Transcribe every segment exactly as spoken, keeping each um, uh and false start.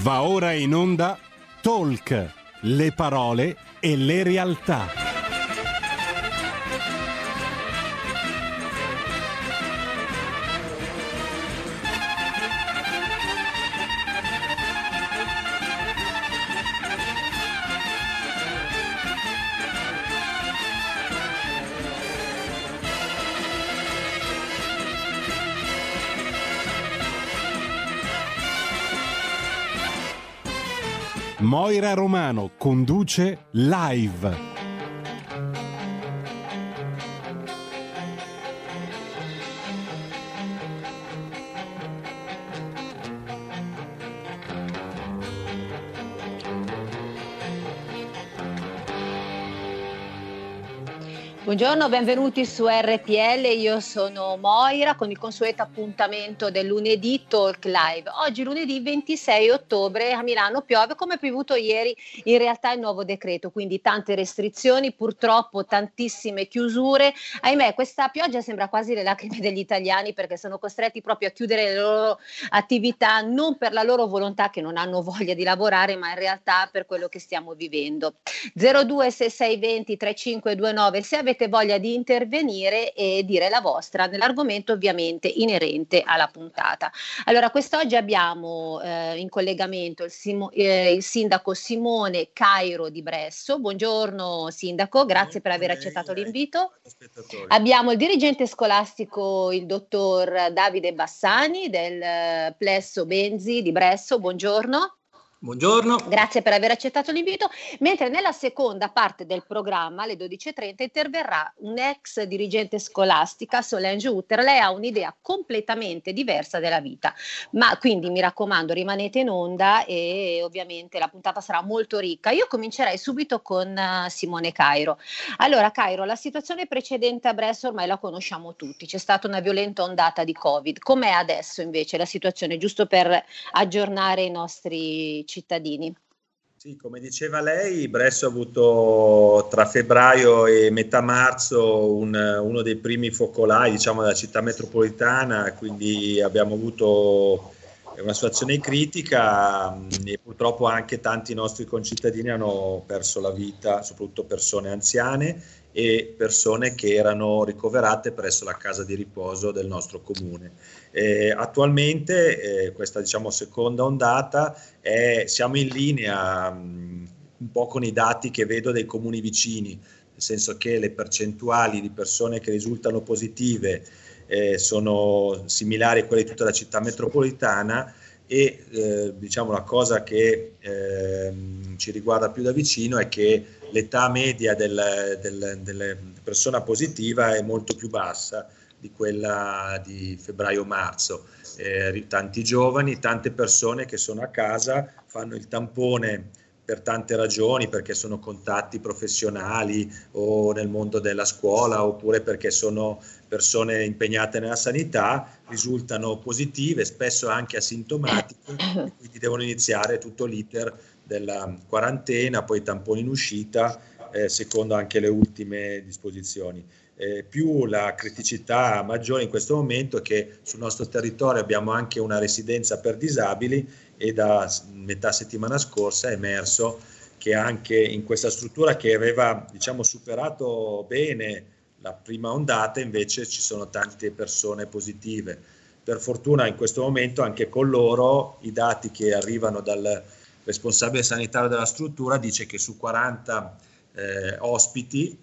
Va ora in onda Talk, le parole e le realtà. Moira Romano conduce Live. Buongiorno, benvenuti su R T L, io sono Moira con il consueto appuntamento del lunedì Talk Live. Oggi lunedì ventisei ottobre a Milano piove come piovuto ieri in realtà il nuovo decreto, quindi tante restrizioni, purtroppo tantissime chiusure. Ahimè, questa pioggia sembra quasi le lacrime degli italiani perché sono costretti proprio a chiudere le loro attività non per la loro volontà che non hanno voglia di lavorare, ma in realtà per quello che stiamo vivendo. zero due sei sei due zero tre cinque due nove se avete voglia di intervenire e dire la vostra nell'argomento ovviamente inerente alla puntata. Allora, quest'oggi abbiamo eh, in collegamento il, Simo, eh, il sindaco Simone Cairo di Bresso. Buongiorno sindaco, grazie per aver accettato l'invito. Abbiamo il dirigente scolastico, il dottor Davide Bassani del Plesso Benzi di Bresso. Buongiorno. Buongiorno. Grazie per aver accettato l'invito. Mentre nella seconda parte del programma, alle dodici e trenta, interverrà un ex dirigente scolastica, Solange Utter. Lei ha un'idea completamente diversa della vita, ma quindi mi raccomando rimanete in onda e ovviamente la puntata sarà molto ricca. Io comincerei subito con uh, Simone Cairo. Allora Cairo, la situazione precedente a Bresso ormai la conosciamo tutti, c'è stata una violenta ondata di Covid. Com'è adesso invece la situazione, giusto per aggiornare i nostri cittadini? Sì, come diceva lei, Bresso ha avuto tra febbraio e metà marzo un, uno dei primi focolai, diciamo, della città metropolitana, quindi abbiamo avuto una situazione critica e purtroppo anche tanti nostri concittadini hanno perso la vita, soprattutto persone anziane e persone che erano ricoverate presso la casa di riposo del nostro comune. Eh, attualmente eh, questa diciamo seconda ondata è, siamo in linea mh, un po' con i dati che vedo dei comuni vicini, nel senso che le percentuali di persone che risultano positive eh, sono similari a quelle di tutta la città metropolitana e eh, diciamo la cosa che eh, ci riguarda più da vicino è che l'età media del, del, delle persona positiva è molto più bassa di quella di febbraio-marzo. Eh, tanti giovani, tante persone che sono a casa, fanno il tampone per tante ragioni, perché sono contatti professionali o nel mondo della scuola oppure perché sono persone impegnate nella sanità, risultano positive, spesso anche asintomatiche, e quindi devono iniziare tutto l'iter della quarantena, poi tamponi in uscita, eh, secondo anche le ultime disposizioni. Eh, più la criticità maggiore in questo momento è che sul nostro territorio abbiamo anche una residenza per disabili e da metà settimana scorsa è emerso che anche in questa struttura che aveva diciamo superato bene la prima ondata invece ci sono tante persone positive. Per fortuna in questo momento anche con loro i dati che arrivano dal responsabile sanitario della struttura dice che su quaranta eh, ospiti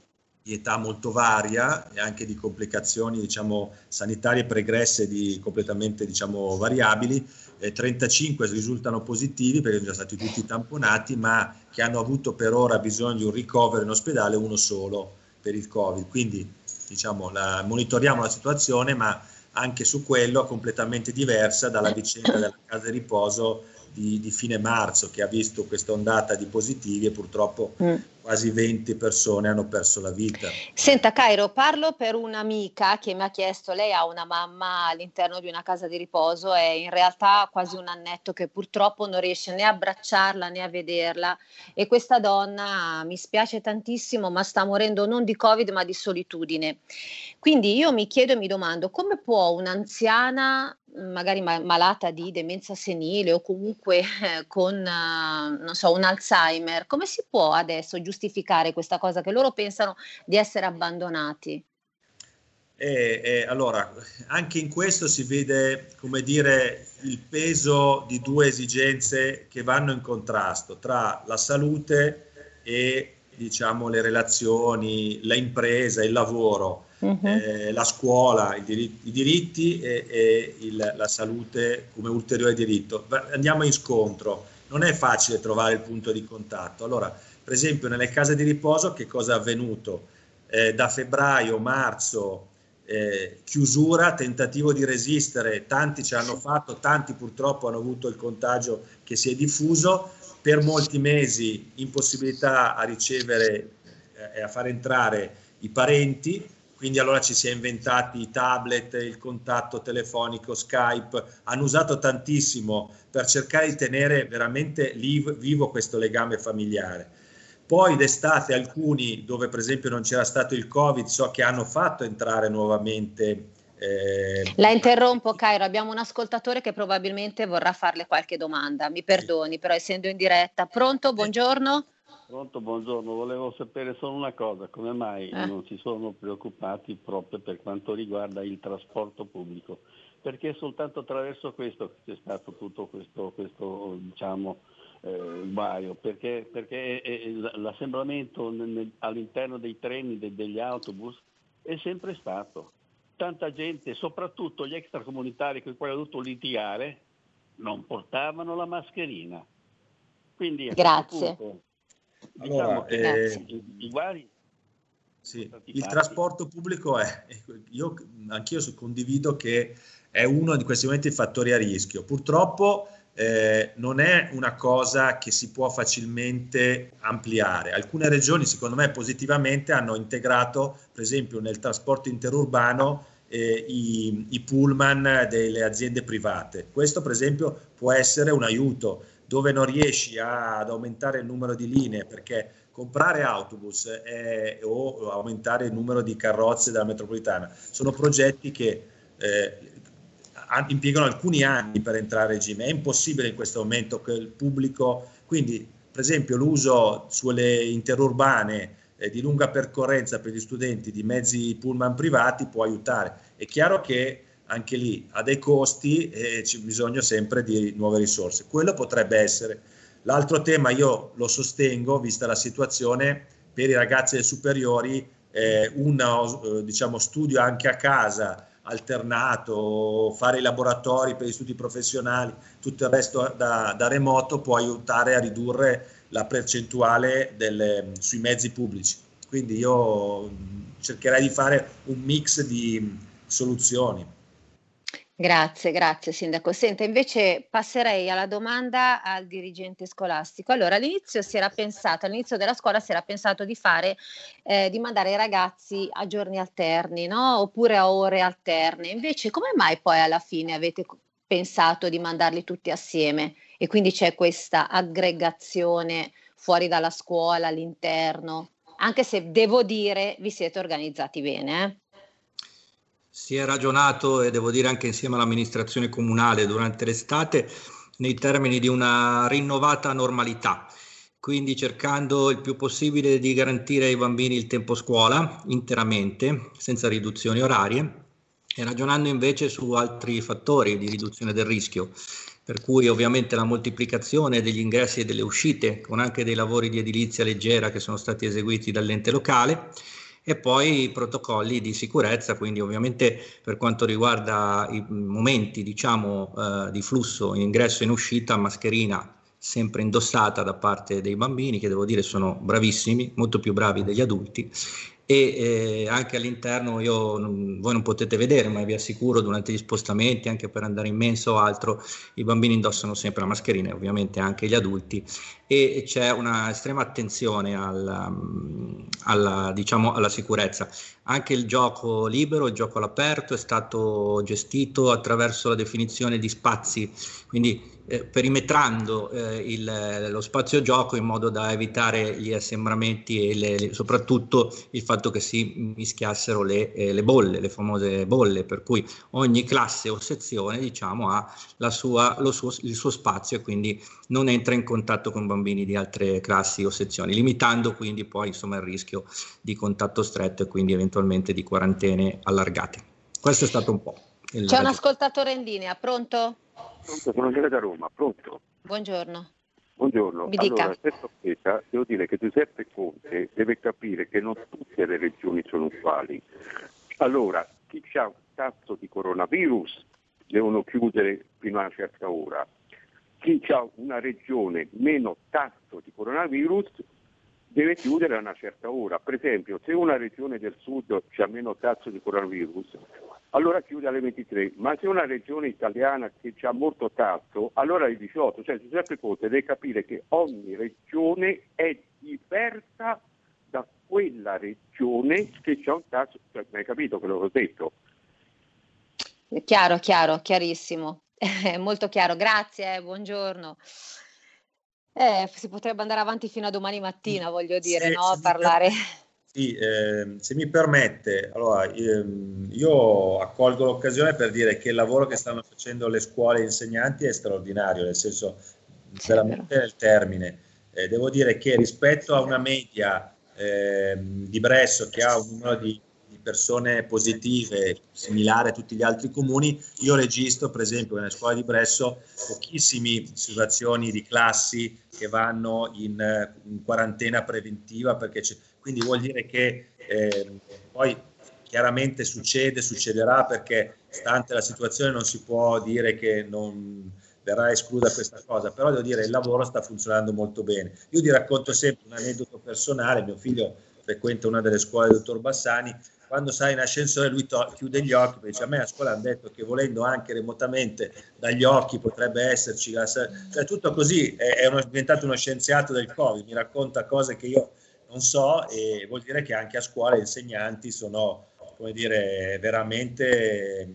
di età molto varia e anche di complicazioni diciamo sanitarie pregresse di completamente diciamo variabili, eh, trentacinque risultano positivi perché sono già stati tutti tamponati, ma che hanno avuto per ora bisogno di un ricovero in ospedale, uno solo per il Covid. Quindi diciamo la, monitoriamo la situazione, ma anche su quello completamente diversa dalla vicenda della casa di riposo di, di fine marzo, che ha visto questa ondata di positivi e purtroppo mm. quasi venti persone hanno perso la vita. Senta Cairo, parlo per un'amica che mi ha chiesto, lei ha una mamma all'interno di una casa di riposo e in realtà quasi un annetto che purtroppo non riesce né a abbracciarla né a vederla, e questa donna mi spiace tantissimo ma sta morendo non di Covid ma di solitudine. Quindi io mi chiedo e mi domando come può un'anziana magari ma- malata di demenza senile o comunque eh, con, eh, non so, un Alzheimer, come si può adesso giustificare questa cosa che loro pensano di essere abbandonati? E, e allora, anche in questo si vede, come dire, il peso di due esigenze che vanno in contrasto tra la salute e, diciamo, le relazioni, la impresa, il lavoro, Mhm. eh, la scuola, i diritti, i diritti e, e il- la salute come ulteriore diritto. Va- Andiamo in scontro, non è facile trovare il punto di contatto. Allora, per esempio, nelle case di riposo, che cosa è avvenuto? Eh, da febbraio, marzo, eh, chiusura, tentativo di resistere, tanti ce l'hanno fatto, tanti purtroppo hanno avuto il contagio che si è diffuso, per molti mesi impossibilità a ricevere eh, e a far entrare i parenti, quindi allora ci si è inventati i tablet, il contatto telefonico, Skype, hanno usato tantissimo per cercare di tenere veramente liv- vivo questo legame familiare. Poi d'estate alcuni, dove per esempio non c'era stato il Covid, so che hanno fatto entrare nuovamente. eh, La interrompo, Cairo, abbiamo un ascoltatore che probabilmente vorrà farle qualche domanda. Mi perdoni, però essendo in diretta. Pronto? Buongiorno? Pronto, buongiorno. Volevo sapere solo una cosa, come mai Eh. non si sono preoccupati proprio per quanto riguarda il trasporto pubblico? Perché è soltanto attraverso questo che c'è stato tutto questo, questo diciamo, eh, guaio, perché, perché è- è- l'assemblamento nel- nel- all'interno dei treni, de- degli autobus, è sempre stato. Tanta gente, soprattutto gli extracomunitari con i quali ho dovuto litigare, non portavano la mascherina. Quindi a Grazie. questo punto diciamo Allora, che Grazie. i, i guai Sì, sono stati il fatti. trasporto pubblico è, io anch'io so- condivido che è uno di questi momenti fattori a rischio. Purtroppo eh, non è una cosa che si può facilmente ampliare. Alcune regioni, secondo me, positivamente hanno integrato, per esempio, nel trasporto interurbano eh, i, i pullman delle aziende private. Questo, per esempio, può essere un aiuto dove non riesci a- ad aumentare il numero di linee perché comprare autobus eh, o aumentare il numero di carrozze della metropolitana sono progetti che eh, impiegano alcuni anni per entrare a regime. È impossibile in questo momento che il pubblico, quindi per esempio l'uso sulle interurbane eh, di lunga percorrenza per gli studenti di mezzi pullman privati può aiutare. È chiaro che anche lì ha dei costi e c'è bisogno sempre di nuove risorse. Quello potrebbe essere. L'altro tema io lo sostengo, vista la situazione, per i ragazzi delle superiori, eh, un eh, diciamo, studio anche a casa, alternato, fare i laboratori per gli studi professionali, tutto il resto da, da remoto può aiutare a ridurre la percentuale delle, sui mezzi pubblici. Quindi io mh, cercherei di fare un mix di soluzioni. Grazie, grazie Sindaco. Senta, invece passerei alla domanda al dirigente scolastico. Allora, all'inizio si era pensato, all'inizio della scuola si era pensato di fare, eh, di mandare i ragazzi a giorni alterni, no? Oppure a ore alterne. Invece, come mai poi alla fine avete co- pensato di mandarli tutti assieme? E quindi c'è questa aggregazione fuori dalla scuola, all'interno, anche se devo dire vi siete organizzati bene, eh? Si è ragionato, e devo dire anche insieme all'amministrazione comunale durante l'estate, nei termini di una rinnovata normalità, quindi cercando il più possibile di garantire ai bambini il tempo scuola interamente, senza riduzioni orarie, e ragionando invece su altri fattori di riduzione del rischio, per cui ovviamente la moltiplicazione degli ingressi e delle uscite, con anche dei lavori di edilizia leggera che sono stati eseguiti dall'ente locale, e poi i protocolli di sicurezza, quindi ovviamente per quanto riguarda i momenti diciamo eh, di flusso in ingresso e in uscita, mascherina sempre indossata da parte dei bambini, che devo dire sono bravissimi, molto più bravi degli adulti, e eh, anche all'interno io non, voi non potete vedere, ma vi assicuro durante gli spostamenti, anche per andare in mensa o altro, i bambini indossano sempre la mascherina e ovviamente anche gli adulti, e c'è una estrema attenzione alla, alla, diciamo, alla sicurezza. Anche il gioco libero, il gioco all'aperto è stato gestito attraverso la definizione di spazi, quindi eh, perimetrando eh, il, lo spazio gioco in modo da evitare gli assembramenti e le, le, soprattutto il fatto che si mischiassero le, eh, le bolle, le famose bolle, per cui ogni classe o sezione, diciamo, ha la sua, lo suo, il suo spazio e quindi non entra in contatto con bambini di altre classi o sezioni, limitando quindi poi insomma il rischio di contatto stretto e quindi eventualmente di quarantene allargate. Questo è stato un po'. Il C'è un ascoltatore in linea, pronto? Pronto, sono Andrea da Roma, pronto? Buongiorno. Buongiorno. Mi dica. Allora, questa spesa, devo dire che Giuseppe Conte deve capire che non tutte le regioni sono uguali. Allora, chi ha un tasso di coronavirus devono chiudere fino a una certa ora. Chi ha una regione meno tasso di coronavirus deve chiudere a una certa ora. Per esempio, se una regione del sud ha meno tasso di coronavirus, allora chiude alle ventitré, ma se una regione italiana che ha molto tasso, allora alle diciotto. Cioè Giuseppe Conte deve capire che ogni regione è diversa da quella regione che ha un tasso. Cioè, mi hai capito quello che ho detto? Chiaro, chiaro, chiarissimo. Molto chiaro, grazie, eh, buongiorno. Eh, si potrebbe andare avanti fino a domani mattina, voglio dire, sì, no? A parlare. Sì, eh, se mi permette, allora ehm, io accolgo l'occasione per dire che il lavoro che stanno facendo le scuole e gli insegnanti è straordinario, nel senso Sì, veramente nel termine. Eh, devo dire che rispetto a una media ehm, di Bresso che ha un numero di persone positive similare a tutti gli altri comuni, io registro per esempio nella scuola di Bresso pochissime situazioni di classi che vanno in, in quarantena preventiva, perché c'è, quindi vuol dire che eh, poi chiaramente succede, succederà, perché stante la situazione non si può dire che non verrà esclusa questa cosa, però devo dire il lavoro sta funzionando molto bene. Io ti racconto sempre un aneddoto personale. Mio figlio frequenta una delle scuole del dottor Bassani. Quando sale in ascensore lui to- chiude gli occhi, perché dice: a me a scuola hanno detto che volendo anche remotamente dagli occhi potrebbe esserci la... cioè tutto così, è, è uno, diventato uno scienziato del Covid, mi racconta cose che io non so, e vuol dire che anche a scuola gli insegnanti sono, come dire, veramente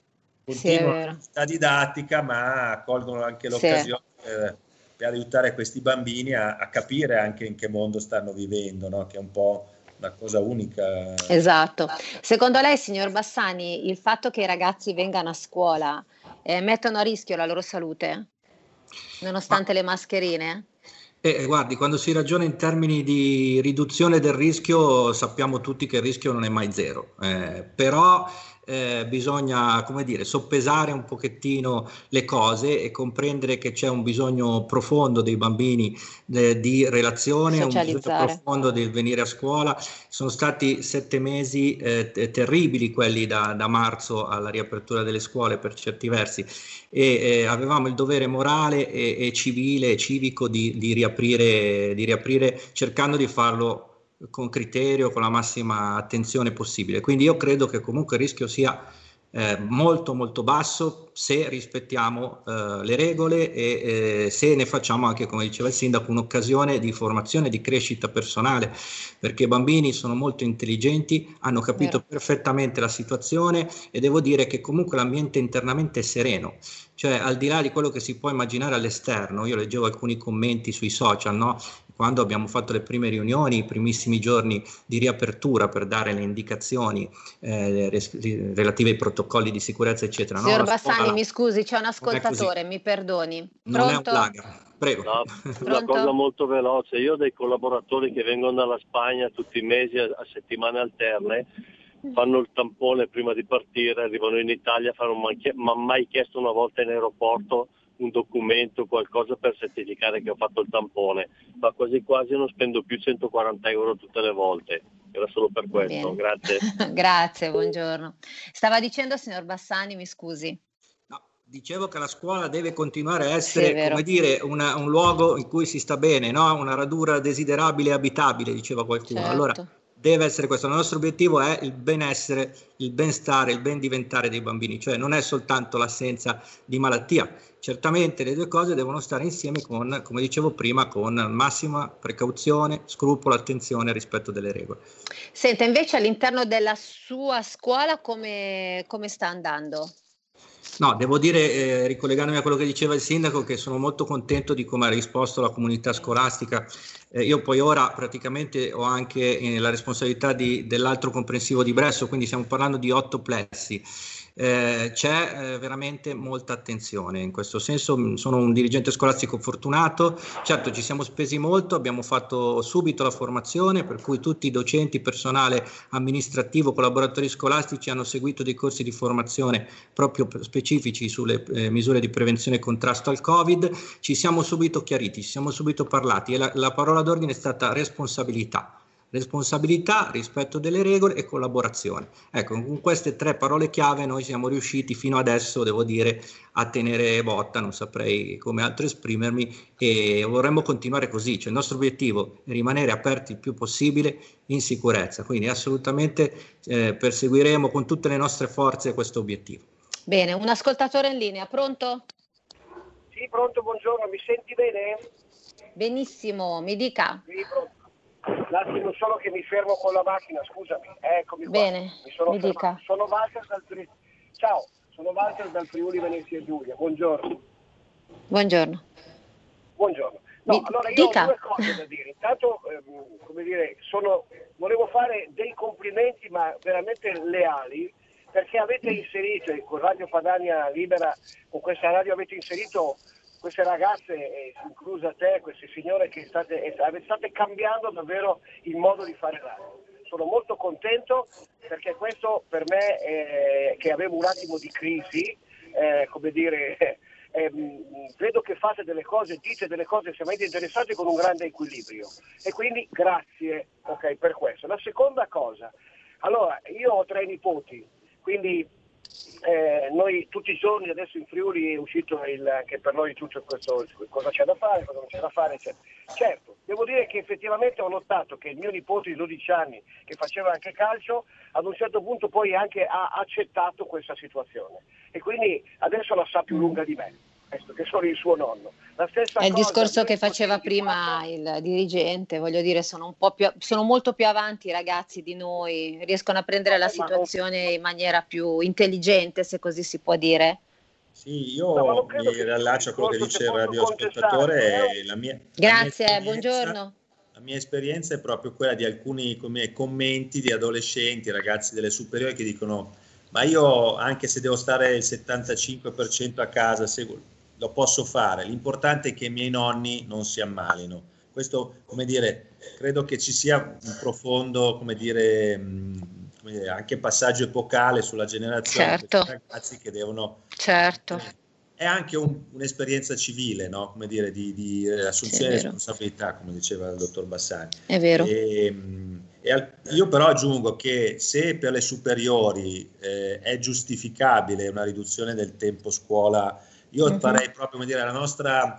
continuano Sì, la didattica, ma colgono anche l'occasione sì. per, per aiutare questi bambini a, a capire anche in che mondo stanno vivendo, no? Che è un po' una cosa unica. Esatto. Secondo lei, signor Bassani, il fatto che i ragazzi vengano a scuola eh, mettono a rischio la loro salute, nonostante Ma... le mascherine? Eh, guardi, quando si ragiona in termini di riduzione del rischio, sappiamo tutti che il rischio non è mai zero, eh, però eh, bisogna, come dire, soppesare un pochettino le cose e comprendere che c'è un bisogno profondo dei bambini eh, di relazione, un bisogno profondo del venire a scuola. Sono stati sette mesi eh, terribili quelli da, da marzo alla riapertura delle scuole per certi versi, e eh, avevamo il dovere morale e, e civile e civico di, di riaprire, di riaprire cercando di farlo con criterio, con la massima attenzione possibile. Quindi io credo che comunque il rischio sia eh, molto molto basso se rispettiamo eh, le regole e eh, se ne facciamo anche, come diceva il sindaco, un'occasione di formazione, di crescita personale, perché i bambini sono molto intelligenti, hanno capito Vero. perfettamente la situazione, e devo dire che comunque l'ambiente internamente è sereno. Cioè, al di là di quello che si può immaginare all'esterno, io leggevo alcuni commenti sui social, no? Quando abbiamo fatto le prime riunioni, i primissimi giorni di riapertura per dare le indicazioni eh, res- relative ai protocolli di sicurezza, eccetera. Signor no? Bassani, scuola, mi scusi, c'è un ascoltatore, mi perdoni. Non Pronto? è un plaga. Prego. No, una cosa molto veloce. Io ho dei collaboratori che vengono dalla Spagna tutti i mesi a, a settimane alterne, fanno il tampone prima di partire, arrivano in Italia, fanno man, man mai chiesto una volta in aeroporto un documento, qualcosa per certificare che ho fatto il tampone, ma quasi quasi non spendo più centoquaranta euro tutte le volte. Era solo per questo. Bene. Grazie. Grazie, buongiorno. Stava dicendo, signor Bassani, mi scusi. No, dicevo che la scuola deve continuare a essere, sì, come dire, una, un luogo in cui si sta bene, no? Una radura desiderabile e abitabile, diceva qualcuno. Certo. Allora, deve essere questo. Il nostro obiettivo è il benessere, il benstare, il ben diventare dei bambini, cioè non è soltanto l'assenza di malattia. Certamente le due cose devono stare insieme con, come dicevo prima, con massima precauzione, scrupolo, attenzione e rispetto delle regole. Senta, invece all'interno della sua scuola come, come sta andando? No, devo dire, eh, ricollegandomi a quello che diceva il sindaco, che sono molto contento di come ha risposto la comunità scolastica. Eh, io poi ora praticamente ho anche eh, la responsabilità di, dell'altro comprensivo di Bresso, quindi stiamo parlando di otto plessi. Eh, c'è eh, veramente molta attenzione in questo senso. Sono un dirigente scolastico fortunato, certo ci siamo spesi molto, abbiamo fatto subito la formazione, per cui tutti i docenti, personale amministrativo, collaboratori scolastici hanno seguito dei corsi di formazione proprio specifici sulle eh, misure di prevenzione e contrasto al Covid. Ci siamo subito chiariti, ci siamo subito parlati e la, la parola d'ordine è stata responsabilità. Responsabilità, rispetto delle regole e collaborazione. Ecco, con queste tre parole chiave noi siamo riusciti fino adesso, devo dire, a tenere botta, non saprei come altro esprimermi, e vorremmo continuare così. Cioè, il nostro obiettivo è rimanere aperti il più possibile in sicurezza, quindi assolutamente eh, perseguiremo con tutte le nostre forze questo obiettivo. Bene, un ascoltatore in linea, pronto? Sì, pronto, buongiorno, mi senti bene? Benissimo, mi dica. Sì, pronto. Un attimo solo che mi fermo con la macchina, scusami. Eccomi qua. Bene, mi, sono mi dica. Sono Walter dal Friuli. Ciao, sono Walter dal Friuli Venezia Giulia. Buongiorno. Buongiorno. Buongiorno. No, mi allora io dica. ho due cose da dire. Intanto, ehm, come dire, sono, volevo fare dei complimenti, ma veramente leali, perché avete inserito, con Radio Padania Libera, con questa radio avete inserito queste ragazze, eh, inclusa te, queste signore che state, eh, state cambiando davvero il modo di fare radio. Sono molto contento perché questo per me, eh, che avevo un attimo di crisi, eh, come dire, eh, vedo che fate delle cose, dite delle cose estremamente interessanti con un grande equilibrio. E quindi grazie, ok, per questo. La seconda cosa, allora, io ho tre nipoti, quindi Eh, noi tutti i giorni adesso in Friuli è uscito il, anche per noi tutto questo, cosa c'è da fare, cosa non c'è da fare, eccetera. Certo, devo dire che effettivamente ho notato che il mio nipote di dodici anni, che faceva anche calcio, ad un certo punto poi anche ha accettato questa situazione e quindi adesso la sa più lunga di me, questo, che sono il suo nonno. La stessa È il cosa, discorso che faceva prima il dirigente, voglio dire, sono un po' più, sono molto più avanti i ragazzi di noi, riescono a prendere la situazione in maniera più intelligente, se così si può dire. Sì, io mi riallaccio a quello che dice il radioascoltatore. Eh? La mia, Grazie, la mia buongiorno. La mia esperienza è proprio quella di alcuni come, commenti di adolescenti, ragazzi delle superiori che dicono: ma io anche se devo stare il settantacinque per cento a casa, se lo posso fare, l'importante è che i miei nonni non si ammalino. Questo, come dire, credo che ci sia un profondo, come dire, mh, come dire anche passaggio epocale sulla generazione, certo, di ragazzi che devono... Certo. Eh, è anche un, un'esperienza civile, no? Come dire, di, di assunzione di responsabilità, come diceva il dottor Bassani. È vero. E, e al, io però aggiungo che se per le superiori eh, è giustificabile una riduzione del tempo scuola, io mm-hmm. farei proprio, come dire, la nostra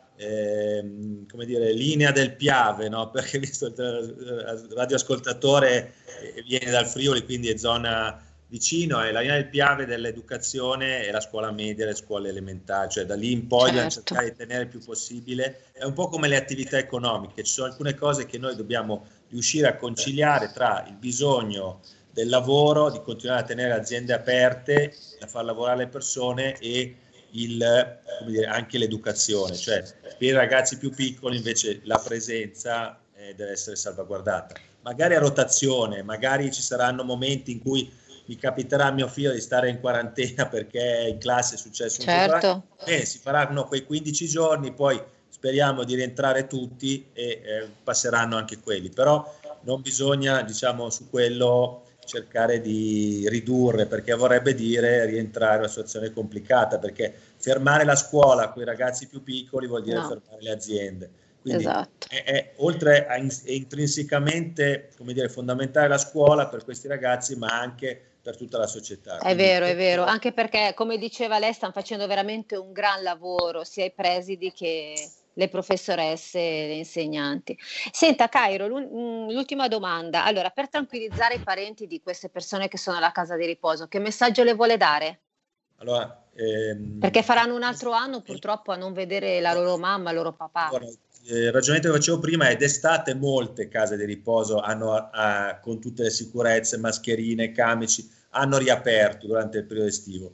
eh, come dire, linea del Piave, no? Perché visto il radioascoltatore viene dal Friuli, quindi è zona vicino, è la linea del Piave dell'educazione e la scuola media e le scuole elementari, cioè da lì in poi certo. Dobbiamo cercare di tenere il più possibile. È un po' come le attività economiche, ci sono alcune cose che noi dobbiamo riuscire a conciliare tra il bisogno del lavoro, di continuare a tenere aziende aperte, a far lavorare le persone e il, come dire, anche l'educazione, cioè per i ragazzi più piccoli invece la presenza eh, deve essere salvaguardata, magari a rotazione, magari ci saranno momenti in cui mi capiterà a mio figlio di stare in quarantena perché in classe è successo un certo. Beh, si faranno quei quindici giorni, poi speriamo di rientrare tutti e eh, passeranno anche quelli, però non bisogna, diciamo, su quello cercare di ridurre, perché vorrebbe dire rientrare in una situazione complicata, perché fermare la scuola con i ragazzi più piccoli vuol dire no. fermare le aziende. Quindi esatto. è, è, oltre a in, è intrinsecamente, come dire, fondamentale la scuola per questi ragazzi, ma anche per tutta la società. È Quindi, vero, è vero, anche perché, come diceva lei, stanno facendo veramente un gran lavoro, sia i presidi che le professoresse e le insegnanti. Senta Cairo, l'ultima domanda. Allora, per tranquillizzare i parenti di queste persone che sono alla casa di riposo, che messaggio le vuole dare? Allora, ehm, perché faranno un altro anno purtroppo a non vedere la loro mamma, il loro papà. Allora, il ragionamento che facevo prima è d'estate molte case di riposo hanno, a, con tutte le sicurezze, mascherine, camici, hanno riaperto durante il periodo estivo.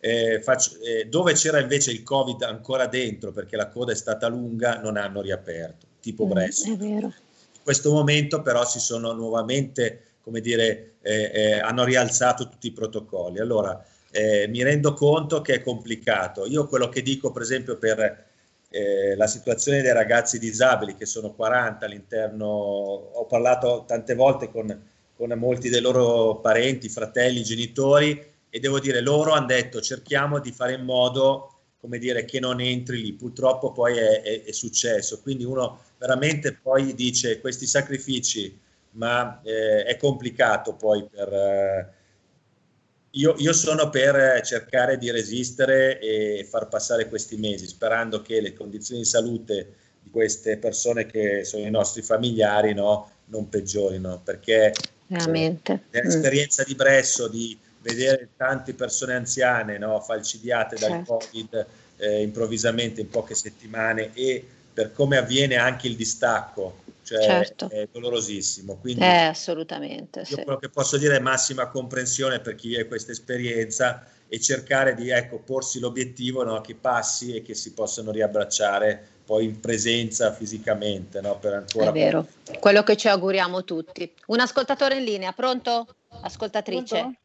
eh, faccio, eh, dove c'era invece il Covid ancora dentro, perché la coda è stata lunga, non hanno riaperto, tipo Brescia. Mm, è vero. In questo momento però si sono nuovamente, come dire, eh, eh, hanno rialzato tutti i protocolli. Allora, eh, mi rendo conto che è complicato. Io quello che dico, per esempio, per eh, la situazione dei ragazzi disabili, che sono quaranta all'interno, ho parlato tante volte con, con molti dei loro parenti, fratelli, genitori, e devo dire, loro hanno detto cerchiamo di fare in modo, come dire, che non entri lì. Purtroppo poi è, è, è successo, quindi uno veramente poi dice questi sacrifici, ma eh, è complicato poi per... Eh, io, io sono per cercare di resistere e far passare questi mesi, sperando che le condizioni di salute di queste persone che sono i nostri familiari, no, non peggiorino, perché veramente eh, l'esperienza mm. di Bresso, di vedere tante persone anziane, no, falcidiate dal certo. Covid eh, improvvisamente in poche settimane, e per come avviene anche il distacco, cioè certo. è dolorosissimo. Quindi eh, assolutamente. Io sì. quello che posso dire è massima comprensione per chi ha questa esperienza e cercare di, ecco, porsi l'obiettivo, no, che passi e che si possano riabbracciare poi in presenza fisicamente, no, per ancora. È vero, quello che ci auguriamo tutti. Un ascoltatore in linea, pronto? Ascoltatrice. Pronto?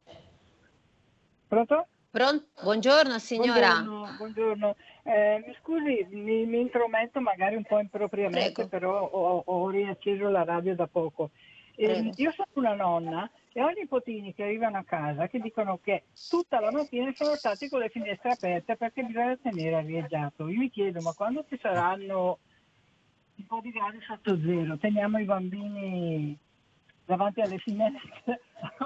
Pronto? Pronto? Buongiorno signora. Buongiorno, buongiorno. Eh, mi scusi, mi, mi intrometto magari un po' impropriamente, Prego. però ho, ho riacceso la radio da poco. Eh, io sono una nonna e ho i nipotini che arrivano a casa che dicono che tutta la mattina sono stati con le finestre aperte perché bisogna tenere arieggiato. Io mi chiedo, ma quando ci saranno un po' di gradi sotto zero, teniamo i bambini davanti alle finestre?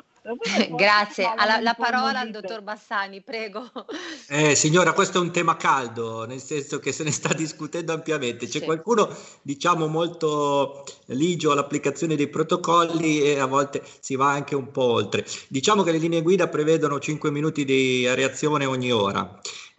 Grazie, alla, la parola al dottor Bassani, prego. Eh, signora, questo è un tema caldo, nel senso che se ne sta discutendo ampiamente. C'è sì. qualcuno, diciamo, molto ligio all'applicazione dei protocolli e a volte si va anche un po' oltre. Diciamo che le linee guida prevedono cinque minuti di reazione ogni ora.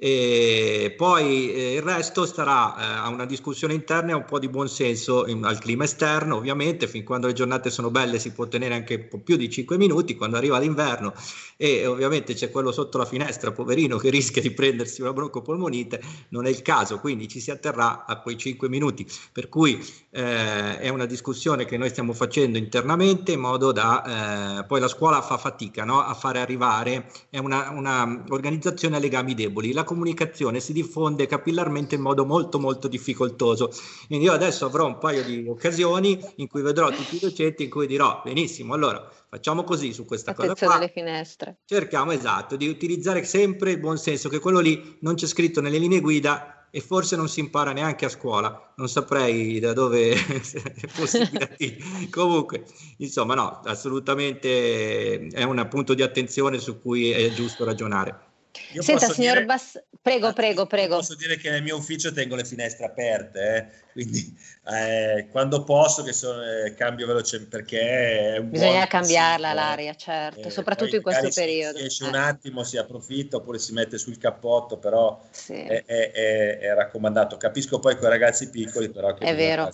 E poi eh, il resto starà eh, a una discussione interna e a un po' di buonsenso in, al clima esterno. Ovviamente fin quando le giornate sono belle si può tenere anche un po' più di cinque minuti. Quando arriva l'inverno e ovviamente c'è quello sotto la finestra, poverino, che rischia di prendersi una broncopolmonite, non è il caso, quindi ci si atterrà a quei cinque minuti, per cui eh, è una discussione che noi stiamo facendo internamente in modo da eh, poi la scuola fa fatica, no? A fare arrivare, è una, una organizzazione a legami deboli, la comunicazione si diffonde capillarmente in modo molto molto difficoltoso, quindi io adesso avrò un paio di occasioni in cui vedrò tutti i docenti in cui dirò benissimo, allora facciamo così su questa Attenzione cosa qua, alle finestre. Cerchiamo, esatto, di utilizzare sempre il buon senso, che quello lì non c'è scritto nelle linee guida e forse non si impara neanche a scuola, non saprei da dove è possibile. Comunque, insomma, no, assolutamente è un punto di attenzione su cui è giusto ragionare. Io Senta, posso signor dire, Bass... prego, prego, prego. Posso dire che nel mio ufficio tengo le finestre aperte, eh? Quindi eh, quando posso che sono, eh, cambio velocemente, perché è un bisogna buon cambiarla consiglio, l'aria, certo, eh, soprattutto in questo si, periodo. Si esce eh. un attimo, si approfitta oppure si mette sul cappotto, però sì. è, è, è, è raccomandato. Capisco poi con i ragazzi piccoli, però che è vero.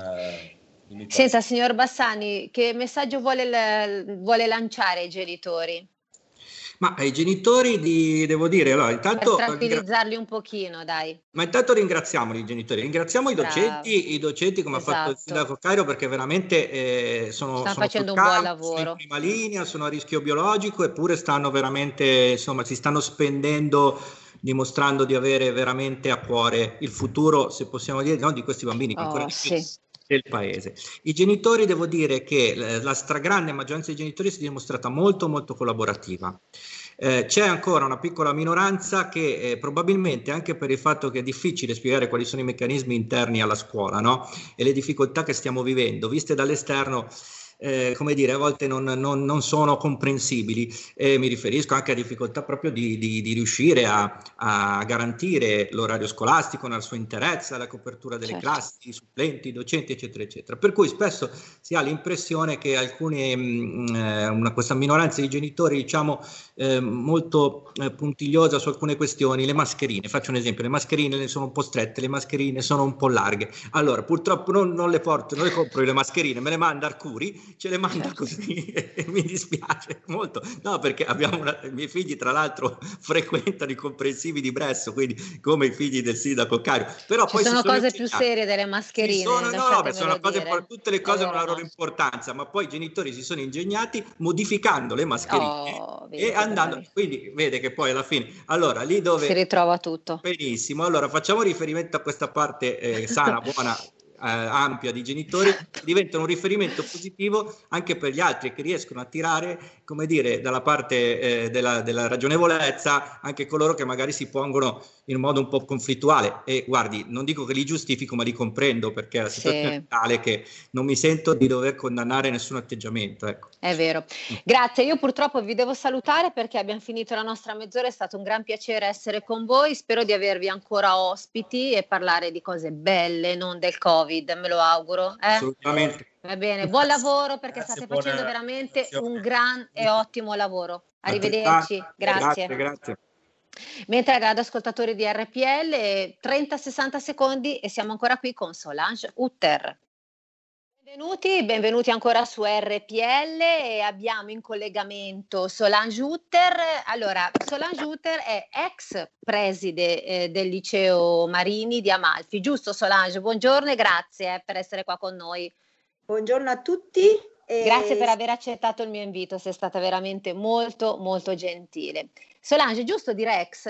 Una... Senta, signor Bassani, che messaggio vuole, vuole lanciare ai genitori? Ma ai genitori di, devo dire, allora intanto... Per tranquillizzarli un pochino, dai. Ma intanto ringraziamoli i genitori, ringraziamo i docenti, Bravo. i docenti come esatto. ha fatto il sindaco Cairo, perché veramente eh, sono, stanno sono facendo un campo, buon lavoro. Sono in prima linea, sono a rischio biologico, eppure stanno veramente, insomma, si stanno spendendo, dimostrando di avere veramente a cuore il futuro, se possiamo dire, no, di questi bambini che oh, ancora sì. del paese. I genitori, devo dire che la stragrande maggioranza dei genitori si è dimostrata molto molto collaborativa. Eh, c'è ancora una piccola minoranza che eh, probabilmente anche per il fatto che è difficile spiegare quali sono i meccanismi interni alla scuola, no? E le difficoltà che stiamo vivendo, viste dall'esterno, eh, come dire, a volte non, non, non sono comprensibili. Eh, mi riferisco anche a difficoltà proprio di, di, di riuscire a, a garantire l'orario scolastico nella sua interezza, la copertura delle certo. classi, i supplenti, i docenti, eccetera, eccetera. Per cui spesso si ha l'impressione che alcuni, mh, una, questa minoranza di genitori, diciamo, eh, molto eh, puntigliosa su alcune questioni, le mascherine, faccio un esempio, le mascherine sono un po' strette, le mascherine sono un po' larghe. Allora, purtroppo non, non le porto, non le compro le mascherine, me le manda Arcuri, ce le manda così e mi dispiace molto. No, perché abbiamo una, i miei figli tra l'altro frequentano i comprensivi di Bresso, quindi come i figli del sindaco Cario. Però Ci poi sono si sono cose ingegnati. più serie delle mascherine, Ci sono, no, no, beh, sono cose, dire. tutte le cose hanno la vero, loro no? importanza, ma poi i genitori si sono ingegnati modificando le mascherine Oh, vedi e che andando, bravi. quindi vede che poi alla fine, allora lì dove Si ritrova tutto. benissimo, allora facciamo riferimento a questa parte eh, sana, buona, eh, ampia di genitori, che diventano un riferimento positivo anche per gli altri, che riescono a tirare, come dire, dalla parte eh, della, della ragionevolezza anche coloro che magari si pongono in modo un po' conflittuale. E guardi, non dico che li giustifico, ma li comprendo, perché la situazione Sì. è tale che non mi sento di dover condannare nessun atteggiamento. Ecco. È vero. Grazie, io purtroppo vi devo salutare perché abbiamo finito la nostra mezz'ora, è stato un gran piacere essere con voi, spero di avervi ancora ospiti e parlare di cose belle, non del Covid, me lo auguro. Eh? Assolutamente. Va bene, buon lavoro perché Grazie, state buona facendo veramente continuazione. un gran e ottimo lavoro. Arrivederci, Altrettanto. grazie. Grazie, grazie. Mentre radio ascoltatori di R P L, trenta sessanta secondi e siamo ancora qui con Solange Utter. Benvenuti, benvenuti ancora su R P L e abbiamo in collegamento Solange Utter. Allora, Solange Utter è ex preside eh, del liceo Marini di Amalfi, giusto Solange? Buongiorno e grazie eh, per essere qua con noi. Buongiorno a tutti. E... Grazie per aver accettato il mio invito, sei stata veramente molto molto gentile. Solange, giusto dire ex?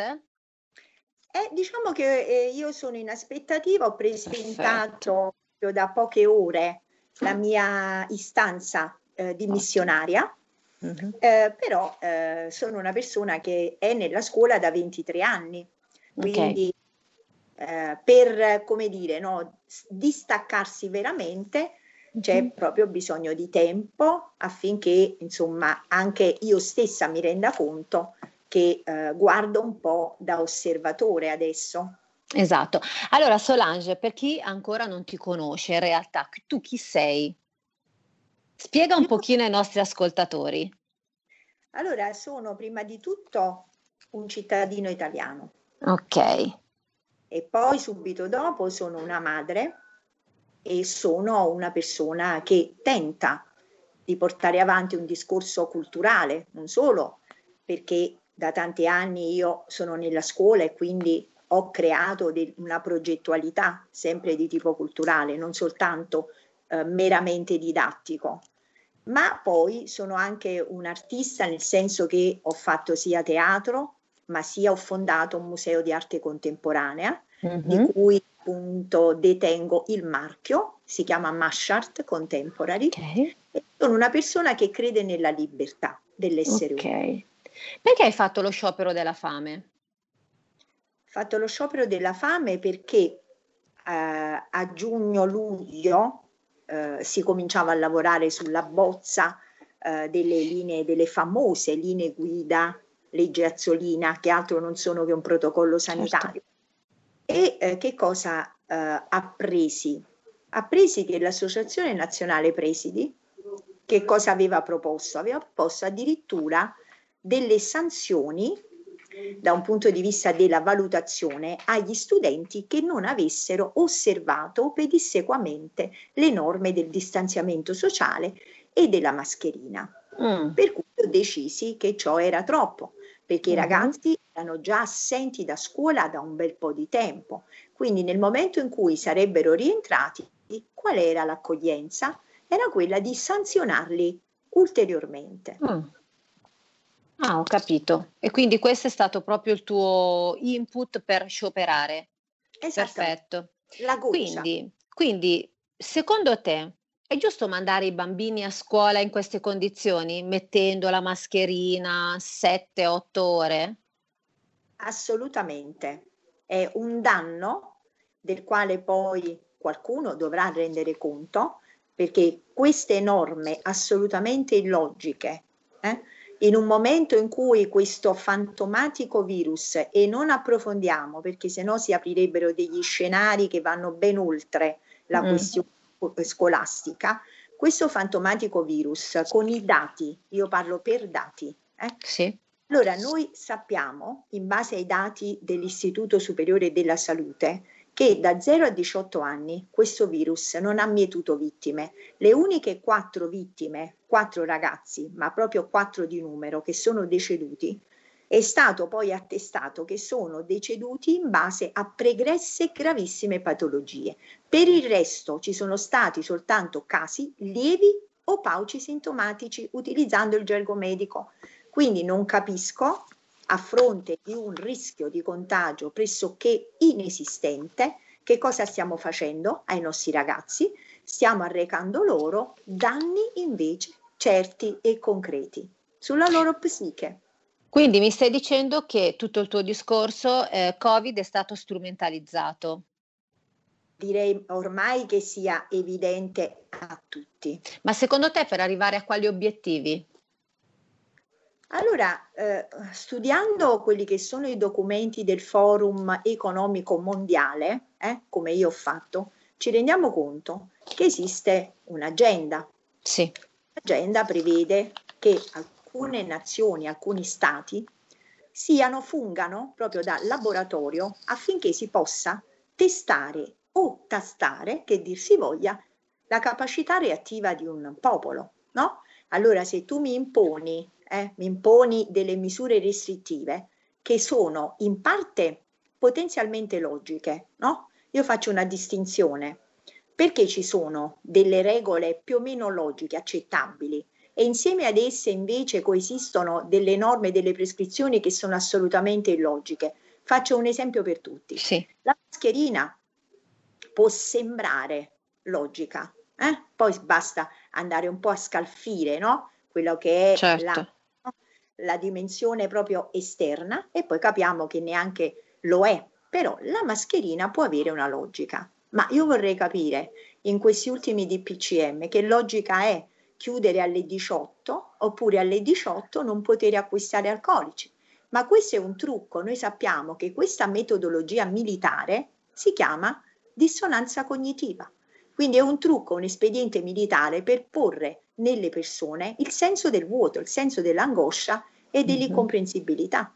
Eh, diciamo che eh, io sono in aspettativa, ho presentato da poche ore la mia istanza eh, di missionaria, uh-huh. eh, però eh, sono una persona che è nella scuola da ventitré anni, quindi okay. eh, per, come dire, no, distaccarsi veramente c'è uh-huh. proprio bisogno di tempo affinché, insomma, anche io stessa mi renda conto che eh, guardo un po' da osservatore adesso. Esatto. Allora Solange, per chi ancora non ti conosce, in realtà tu chi sei? Spiega un pochino ai nostri ascoltatori. Allora, sono prima di tutto un cittadino italiano. Ok. E poi subito dopo sono una madre e sono una persona che tenta di portare avanti un discorso culturale, non solo perché da tanti anni io sono nella scuola e quindi ho creato de- una progettualità sempre di tipo culturale, non soltanto eh, meramente didattico, ma poi sono anche un artista nel senso che ho fatto sia teatro, ma sia ho fondato un museo di arte contemporanea, mm-hmm. di cui appunto detengo il marchio, si chiama Mashart Contemporary, okay. E sono una persona che crede nella libertà dell'essere okay. umano. Perché hai fatto lo sciopero della fame? Fatto lo sciopero della fame perché eh, a giugno-luglio eh, si cominciava a lavorare sulla bozza eh, delle linee, delle famose linee guida legge Azzolina, che altro non sono che un protocollo sanitario. Certo. E eh, che cosa eh, ha presi? Ha presi che l'Associazione Nazionale Presidi, che cosa aveva proposto? Aveva proposto addirittura delle sanzioni da un punto di vista della valutazione agli studenti che non avessero osservato pedissequamente le norme del distanziamento sociale e della mascherina. Mm. Per cui ho decisi che ciò era troppo, perché mm. i ragazzi erano già assenti da scuola da un bel po' di tempo. Quindi nel momento in cui sarebbero rientrati, qual era l'accoglienza? Era quella di sanzionarli ulteriormente. Mm. Ah, ho capito. E quindi questo è stato proprio il tuo input per scioperare. Perfetto. La goccia. Quindi, quindi, secondo te, è giusto mandare i bambini a scuola in queste condizioni, mettendo la mascherina sette otto ore? Assolutamente. È un danno del quale poi qualcuno dovrà rendere conto, perché queste norme assolutamente illogiche, eh, in un momento in cui questo fantomatico virus, e non approfondiamo perché sennò si aprirebbero degli scenari che vanno ben oltre la mm. questione scolastica, questo fantomatico virus con i dati, io parlo per dati, eh? Sì. Allora noi sappiamo, in base ai dati dell'Istituto Superiore della Salute, che da zero a diciotto anni questo virus non ha mietuto vittime. Le uniche quattro vittime, quattro ragazzi, ma proprio quattro di numero, che sono deceduti, è stato poi attestato che sono deceduti in base a pregresse gravissime patologie. Per il resto ci sono stati soltanto casi lievi o pauci sintomatici, utilizzando il gergo medico. Quindi non capisco, a fronte di un rischio di contagio pressoché inesistente, che cosa stiamo facendo ai nostri ragazzi? Stiamo arrecando loro danni invece certi e concreti sulla loro psiche. Quindi mi stai dicendo che tutto il tuo discorso eh, Covid è stato strumentalizzato? Direi ormai che sia evidente a tutti. Ma secondo te per arrivare a quali obiettivi? Allora, eh, studiando quelli che sono i documenti del Forum Economico Mondiale, eh, come io ho fatto, ci rendiamo conto che esiste un'agenda. Sì. L'agenda prevede che alcune nazioni, alcuni stati, siano, fungano proprio da laboratorio affinché si possa testare o tastare, che dir si voglia, la capacità reattiva di un popolo, no? Allora, se tu mi imponi Eh, mi imponi delle misure restrittive che sono in parte potenzialmente logiche, no? Io faccio una distinzione, perché ci sono delle regole più o meno logiche, accettabili, e insieme ad esse invece coesistono delle norme, delle prescrizioni che sono assolutamente illogiche. Faccio un esempio per tutti. Sì. La mascherina può sembrare logica, eh? Poi basta andare un po' a scalfire, no? Quello che è certo. la la dimensione proprio esterna, e poi capiamo che neanche lo è, però la mascherina può avere una logica. Ma io vorrei capire in questi ultimi D P C M che logica è chiudere alle diciotto oppure alle diciotto non poter acquistare alcolici. Ma questo è un trucco. Noi sappiamo che questa metodologia militare si chiama dissonanza cognitiva. Quindi è un trucco, un espediente militare per porre nelle persone il senso del vuoto, il senso dell'angoscia e dell'incomprensibilità.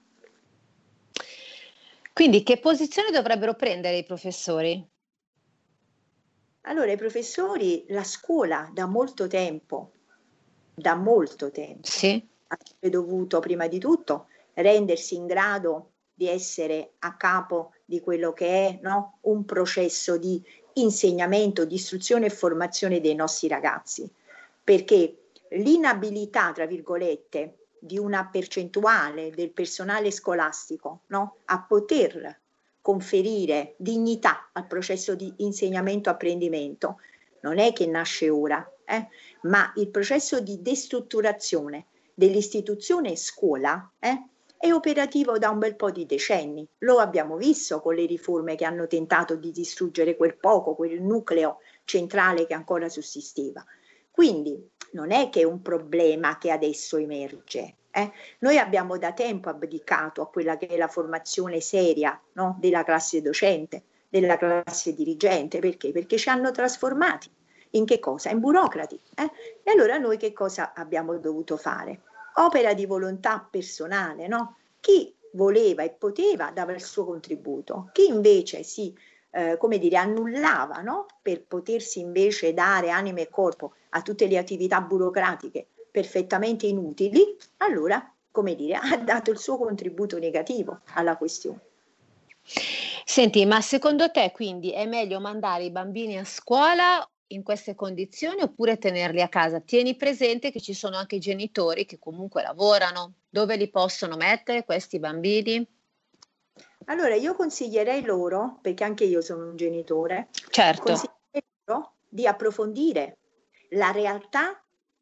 Quindi che posizione dovrebbero prendere i professori? Allora, i professori, la scuola da molto tempo, da molto tempo, sì. avrebbe dovuto prima di tutto rendersi in grado di essere a capo di quello che è, no, un processo di insegnamento, di istruzione e formazione dei nostri ragazzi, perché l'inabilità, tra virgolette, di una percentuale del personale scolastico, no, a poter conferire dignità al processo di insegnamento-apprendimento non è che nasce ora, eh, ma il processo di destrutturazione dell'istituzione scuola eh, è operativo da un bel po' di decenni. Lo abbiamo visto con le riforme che hanno tentato di distruggere quel poco, quel nucleo centrale che ancora sussisteva. Quindi non è che è un problema che adesso emerge. Eh? Noi abbiamo da tempo abdicato a quella che è la formazione seria, no? Della classe docente, della classe dirigente. Perché? Perché ci hanno trasformati. In che cosa? In burocrati. Eh? E allora noi che cosa abbiamo dovuto fare? Opera di volontà personale, no? Chi voleva e poteva dava il suo contributo, chi invece si, eh, come dire, annullava, no? Per potersi invece dare anima e corpo a tutte le attività burocratiche perfettamente inutili, allora, come dire, ha dato il suo contributo negativo alla questione. Senti, ma secondo te quindi è meglio mandare i bambini a scuola in queste condizioni oppure tenerli a casa? Tieni presente che ci sono anche i genitori che comunque lavorano. Dove li possono mettere questi bambini? Allora io consiglierei loro, perché anche io sono un genitore, certo, consiglierei loro di approfondire la realtà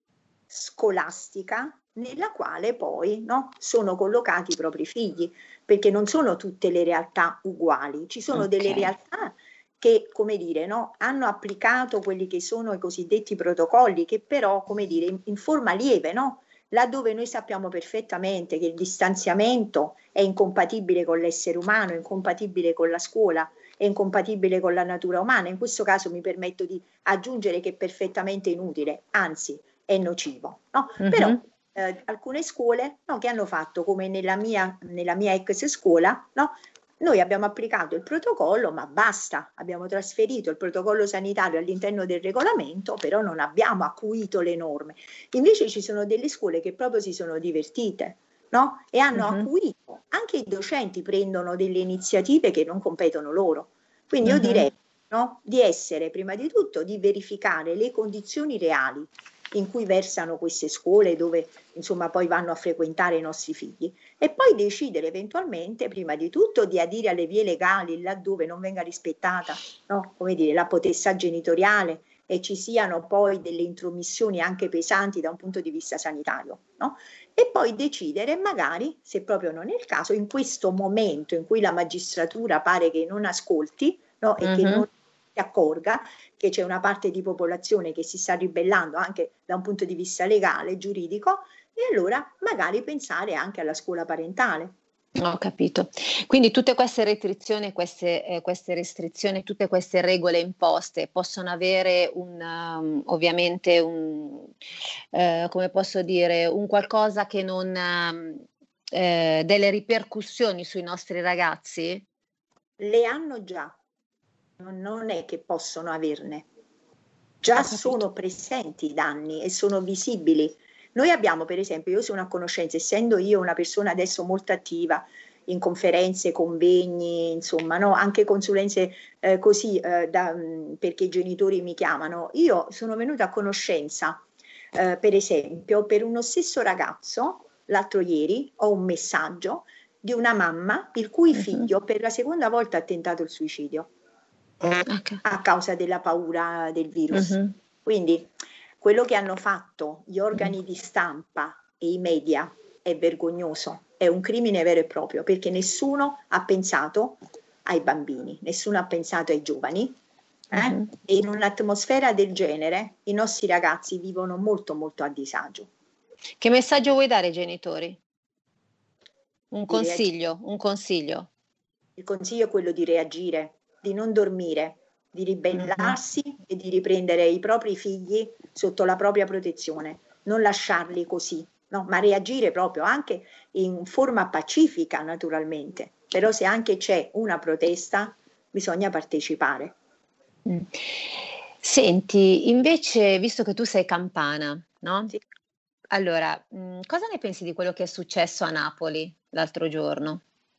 scolastica nella quale poi, no, sono collocati i propri figli, perché non sono tutte le realtà uguali, ci sono okay. delle realtà che, come dire, no, hanno applicato quelli che sono i cosiddetti protocolli, che però, come dire, in, in forma lieve, no? Laddove noi sappiamo perfettamente che il distanziamento è incompatibile con l'essere umano, è incompatibile con la scuola, è incompatibile con la natura umana. In questo caso mi permetto di aggiungere che è perfettamente inutile, anzi è nocivo, no? Mm-hmm. Però eh, alcune scuole, no, che hanno fatto, come nella mia, nella mia ex scuola, no? Noi abbiamo applicato il protocollo, ma basta, abbiamo trasferito il protocollo sanitario all'interno del regolamento, però non abbiamo acuito le norme. Invece ci sono delle scuole che proprio si sono divertite, no? E hanno uh-huh. acuito, anche i docenti prendono delle iniziative che non competono loro. Quindi uh-huh. io direi, no, di essere prima di tutto, di verificare le condizioni reali in cui versano queste scuole dove insomma poi vanno a frequentare i nostri figli e poi decidere eventualmente prima di tutto di adire alle vie legali laddove non venga rispettata, no, come dire, la potestà genitoriale e ci siano poi delle intromissioni anche pesanti da un punto di vista sanitario, no? E poi decidere magari, se proprio non è il caso, in questo momento in cui la magistratura pare che non ascolti, no, e uh-huh. che non si accorga che c'è una parte di popolazione che si sta ribellando anche da un punto di vista legale, giuridico, e allora magari pensare anche alla scuola parentale. Ho capito. Quindi tutte queste restrizioni, queste, eh, queste restrizioni, tutte queste regole imposte possono avere un, um, ovviamente un, eh, come posso dire, un qualcosa che non, um, eh, delle ripercussioni sui nostri ragazzi? Le hanno già. Non è che possono averne, già sono presenti i danni e sono visibili. Noi abbiamo, per esempio, io sono a conoscenza, essendo io una persona adesso molto attiva in conferenze, convegni, insomma, no? Anche consulenze eh, così, eh, da, perché i genitori mi chiamano, io sono venuta a conoscenza, eh, per esempio, per uno stesso ragazzo, l'altro ieri ho un messaggio di una mamma il cui figlio uh-huh. per la seconda volta ha tentato il suicidio. Okay. A causa della paura del virus. Uh-huh. Quindi quello che hanno fatto gli organi uh-huh. di stampa e i media è vergognoso, è un crimine vero e proprio, perché nessuno ha pensato ai bambini, nessuno ha pensato ai giovani eh? uh-huh. e in un'atmosfera del genere i nostri ragazzi vivono molto molto a disagio. Che messaggio vuoi dare ai genitori? Un consiglio, un consiglio. Il consiglio è quello di reagire, di non dormire, di ribellarsi uh-huh. e di riprendere i propri figli sotto la propria protezione, non lasciarli così, no? Ma reagire proprio anche in forma pacifica naturalmente, però se anche c'è una protesta bisogna partecipare. Mm. Senti, invece, visto che tu sei campana, no? Sì. Allora, mh, cosa ne pensi di quello che è successo a Napoli l'altro giorno?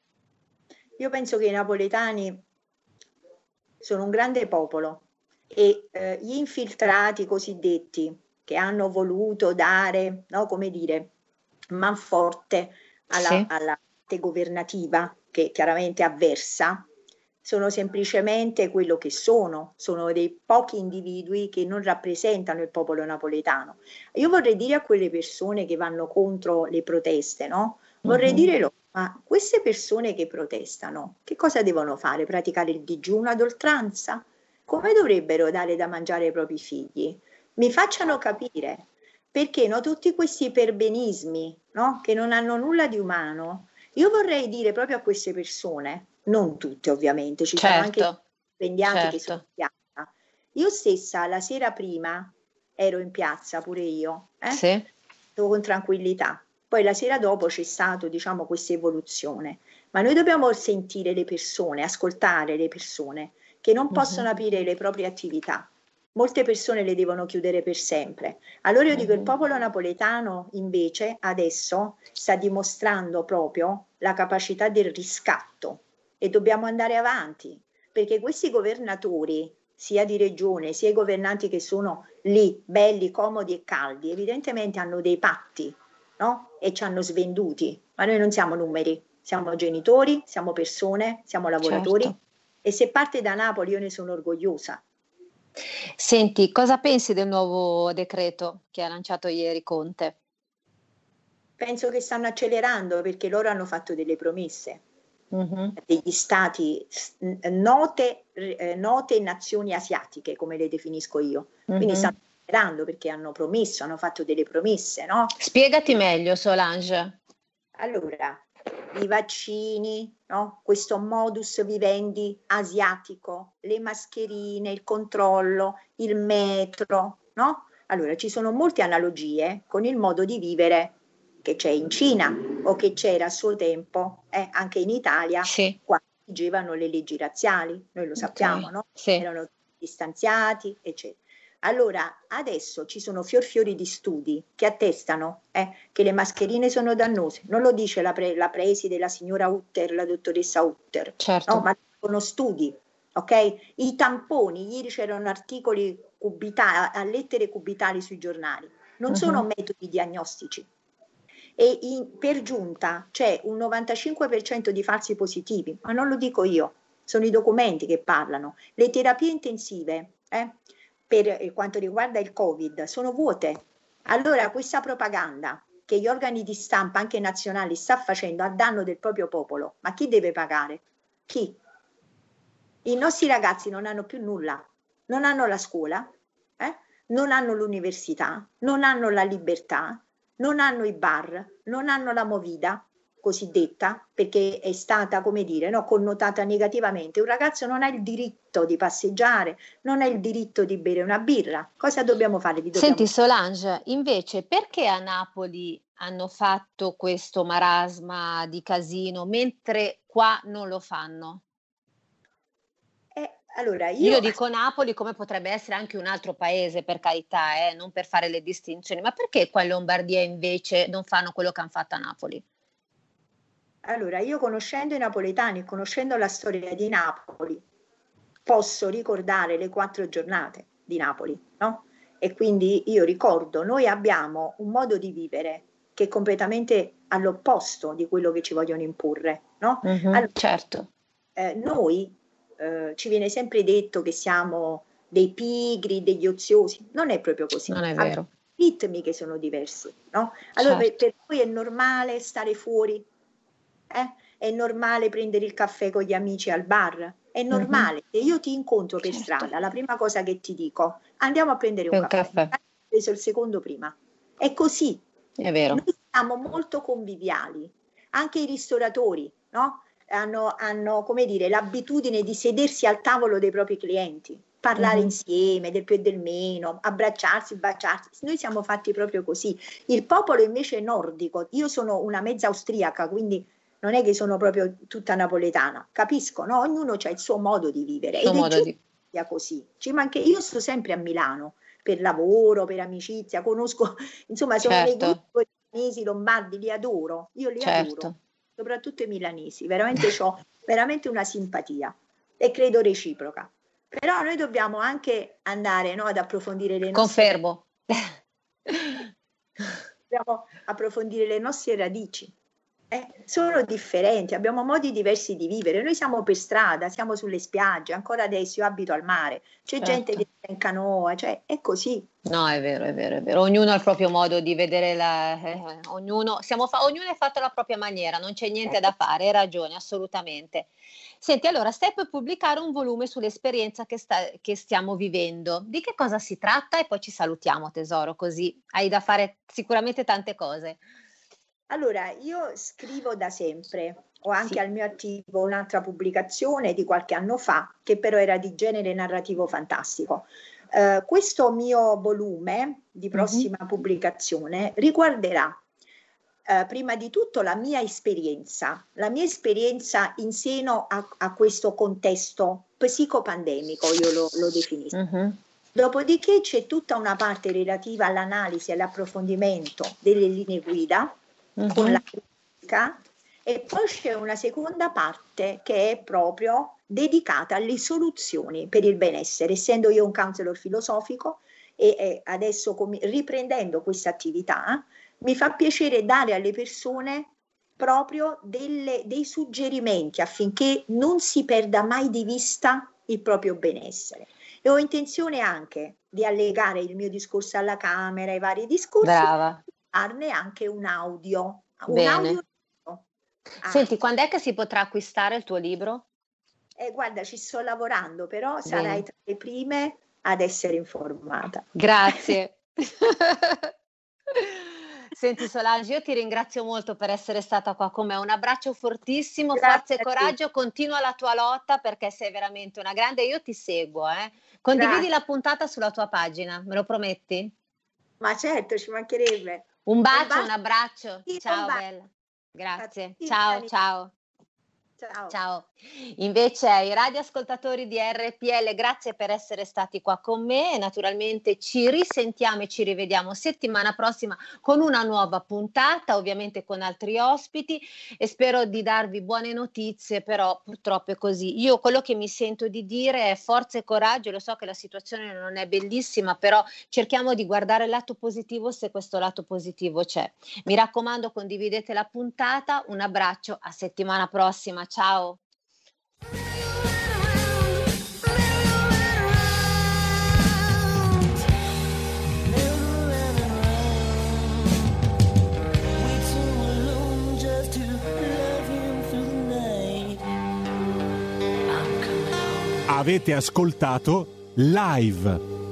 Io penso che i napoletani sono un grande popolo e eh, gli infiltrati cosiddetti che hanno voluto dare, no, come dire, manforte alla, sì. alla parte governativa che chiaramente avversa, sono semplicemente quello che sono, sono dei pochi individui che non rappresentano il popolo napoletano. Io vorrei dire a quelle persone che vanno contro le proteste, no? Vorrei uh-huh. dire loro, ma queste persone che protestano, che cosa devono fare? Praticare il digiuno ad oltranza? Come dovrebbero dare da mangiare ai propri figli? Mi facciano capire, perché no, tutti questi perbenismi, no, che non hanno nulla di umano, io vorrei dire proprio a queste persone, non tutte ovviamente, ci certo. sono anche stipendiati certo. che sono in piazza. Io stessa la sera prima ero in piazza pure io, eh? Sì. con tranquillità. Poi la sera dopo c'è stato, diciamo, questa evoluzione, ma noi dobbiamo sentire le persone, ascoltare le persone che non possono uh-huh. aprire le proprie attività. Molte persone le devono chiudere per sempre. Allora io uh-huh. dico, il popolo napoletano invece adesso sta dimostrando proprio la capacità del riscatto e dobbiamo andare avanti, perché questi governatori, sia di regione, sia i governanti che sono lì, belli, comodi e caldi, evidentemente hanno dei patti, no? E ci hanno svenduti, ma noi non siamo numeri, siamo genitori, siamo persone, siamo lavoratori certo. e se parte da Napoli io ne sono orgogliosa. Senti, cosa pensi del nuovo decreto che ha lanciato ieri Conte? Penso che stanno accelerando perché loro hanno fatto delle promesse, uh-huh. degli stati note, eh, note nazioni asiatiche, come le definisco io, uh-huh. quindi stanno perché hanno promesso, hanno fatto delle promesse, no? Spiegati meglio, Solange. Allora, i vaccini, no? Questo modus vivendi asiatico, le mascherine, il controllo, il metro, no? Allora, ci sono molte analogie con il modo di vivere che c'è in Cina o che c'era a suo tempo eh, anche in Italia, sì. quando i vigevano le leggi razziali, noi lo sappiamo, Okay, no? sì. Erano distanziati, eccetera. Allora, adesso ci sono fior fiori di studi che attestano eh, che le mascherine sono dannose. Non lo dice la, pre- la preside, la signora Utter, la dottoressa Utter, Certo. no? Ma sono studi, ok? I tamponi, ieri c'erano articoli cubitali, a lettere cubitali sui giornali, non Uh-huh. sono metodi diagnostici. E in, per giunta c'è un novantacinque per cento di falsi positivi, ma non lo dico io, sono i documenti che parlano. Le terapie intensive, eh, per quanto riguarda il Covid, sono vuote. Allora questa propaganda che gli organi di stampa, anche nazionali, sta facendo a danno del proprio popolo, ma chi deve pagare? Chi? I nostri ragazzi non hanno più nulla, non hanno la scuola, eh? Non hanno l'università, non hanno la libertà, non hanno i bar, non hanno la movida cosiddetta, perché è stata, come dire, no, connotata negativamente. Un ragazzo non ha il diritto di passeggiare, non ha il diritto di bere una birra. Cosa dobbiamo fare? Vi dobbiamo... Senti Solange, invece perché a Napoli hanno fatto questo marasma di casino, mentre qua non lo fanno? Eh, allora io... Io dico Napoli come potrebbe essere anche un altro paese, per carità, eh, non per fare le distinzioni, ma perché qua in Lombardia invece non fanno quello che hanno fatto a Napoli? Allora, io conoscendo i napoletani, conoscendo la storia di Napoli, posso ricordare le quattro giornate di Napoli, no? E quindi io ricordo, noi abbiamo un modo di vivere che è completamente all'opposto di quello che ci vogliono imporre, no? Mhm, allora, certo. Eh, noi eh, ci viene sempre detto che siamo dei pigri, degli oziosi, non è proprio così. Non è Abbiamo vero. ritmi che sono diversi, no? Allora per, Certo. per noi è normale stare fuori, eh? È normale prendere il caffè con gli amici al bar, è normale. Se io ti incontro per Certo. strada, la prima cosa che ti dico, andiamo a prendere un Un caffè. caffè. Ho preso il secondo prima. È così. È vero. Noi siamo molto conviviali, anche i ristoratori, no? Hanno, hanno, come dire, l'abitudine di sedersi al tavolo dei propri clienti, parlare Mhm. insieme del più e del meno, abbracciarsi, baciarsi. Noi siamo fatti proprio così. Il popolo invece è nordico. Io sono una mezza austriaca, quindi non è che sono proprio tutta napoletana. Capisco, no? Ognuno ha il suo modo di vivere Suo ed è modo giusto di... che sia così. Ci manca... Io sto sempre a Milano per lavoro, per amicizia, conosco, insomma, sono nei Certo, gruppi milanesi, lombardi, li adoro, io li adoro, certo. soprattutto i milanesi, veramente ho veramente una simpatia e credo reciproca. Però noi dobbiamo anche andare, no, ad approfondire le nostre Confermo. dobbiamo approfondire le nostre radici. Eh, sono differenti, abbiamo modi diversi di vivere. Noi siamo per strada, siamo sulle spiagge, ancora adesso io abito al mare, c'è Certo. gente che sta in canoa, cioè è così. No, è vero, è vero, è vero. Ognuno ha il proprio modo di vedere la... eh, ognuno, siamo fa... ognuno è fatto alla propria maniera, non c'è niente da fare, hai ragione, assolutamente. Senti, allora, stai per pubblicare un volume sull'esperienza che, sta... che stiamo vivendo. Di che cosa si tratta? E poi ci salutiamo, tesoro, così hai da fare sicuramente tante cose. Allora, io scrivo da sempre, ho anche Sì. al mio attivo un'altra pubblicazione di qualche anno fa, che però era di genere narrativo fantastico. Uh, questo mio volume di prossima mm-hmm. pubblicazione riguarderà uh, prima di tutto la mia esperienza, la mia esperienza in seno a, a questo contesto psicopandemico, io lo, lo definisco. Mm-hmm. Dopodiché c'è tutta una parte relativa all'analisi e all'approfondimento delle linee guida, mm-hmm. con la critica, e poi c'è una seconda parte che è proprio dedicata alle soluzioni per il benessere, essendo io un counselor filosofico e, e adesso com- riprendendo questa attività mi fa piacere dare alle persone proprio delle, dei suggerimenti affinché non si perda mai di vista il proprio benessere. E ho intenzione anche di allegare il mio discorso alla Camera, i vari discorsi, Brava. e farne anche un audio. Un Bene. audio. Senti, quando è che si potrà acquistare il tuo libro? Eh, guarda, ci sto lavorando, però Bene. Sarai tra le prime ad essere informata. Grazie. Senti Solange, io ti ringrazio molto per essere stata qua con me, un abbraccio fortissimo, Grazie forza e coraggio, continua la tua lotta perché sei veramente una grande, io ti seguo, eh. Condividi Grazie. La puntata sulla tua pagina, me lo prometti? Ma certo, ci mancherebbe. Un bacio, un, bacio. un abbraccio, ciao un bella, grazie, ciao ciao. Ciao. Ciao. Invece ai radioascoltatori di R P L, grazie per essere stati qua con me e naturalmente ci risentiamo e ci rivediamo settimana prossima con una nuova puntata, ovviamente con altri ospiti, e spero di darvi buone notizie, però purtroppo è così. Io quello che mi sento di dire è forza e coraggio, lo so che la situazione non è bellissima, però cerchiamo di guardare il lato positivo se questo lato positivo c'è. Mi raccomando, condividete la puntata, un abbraccio, a settimana prossima. Ciao. Avete ascoltato Live.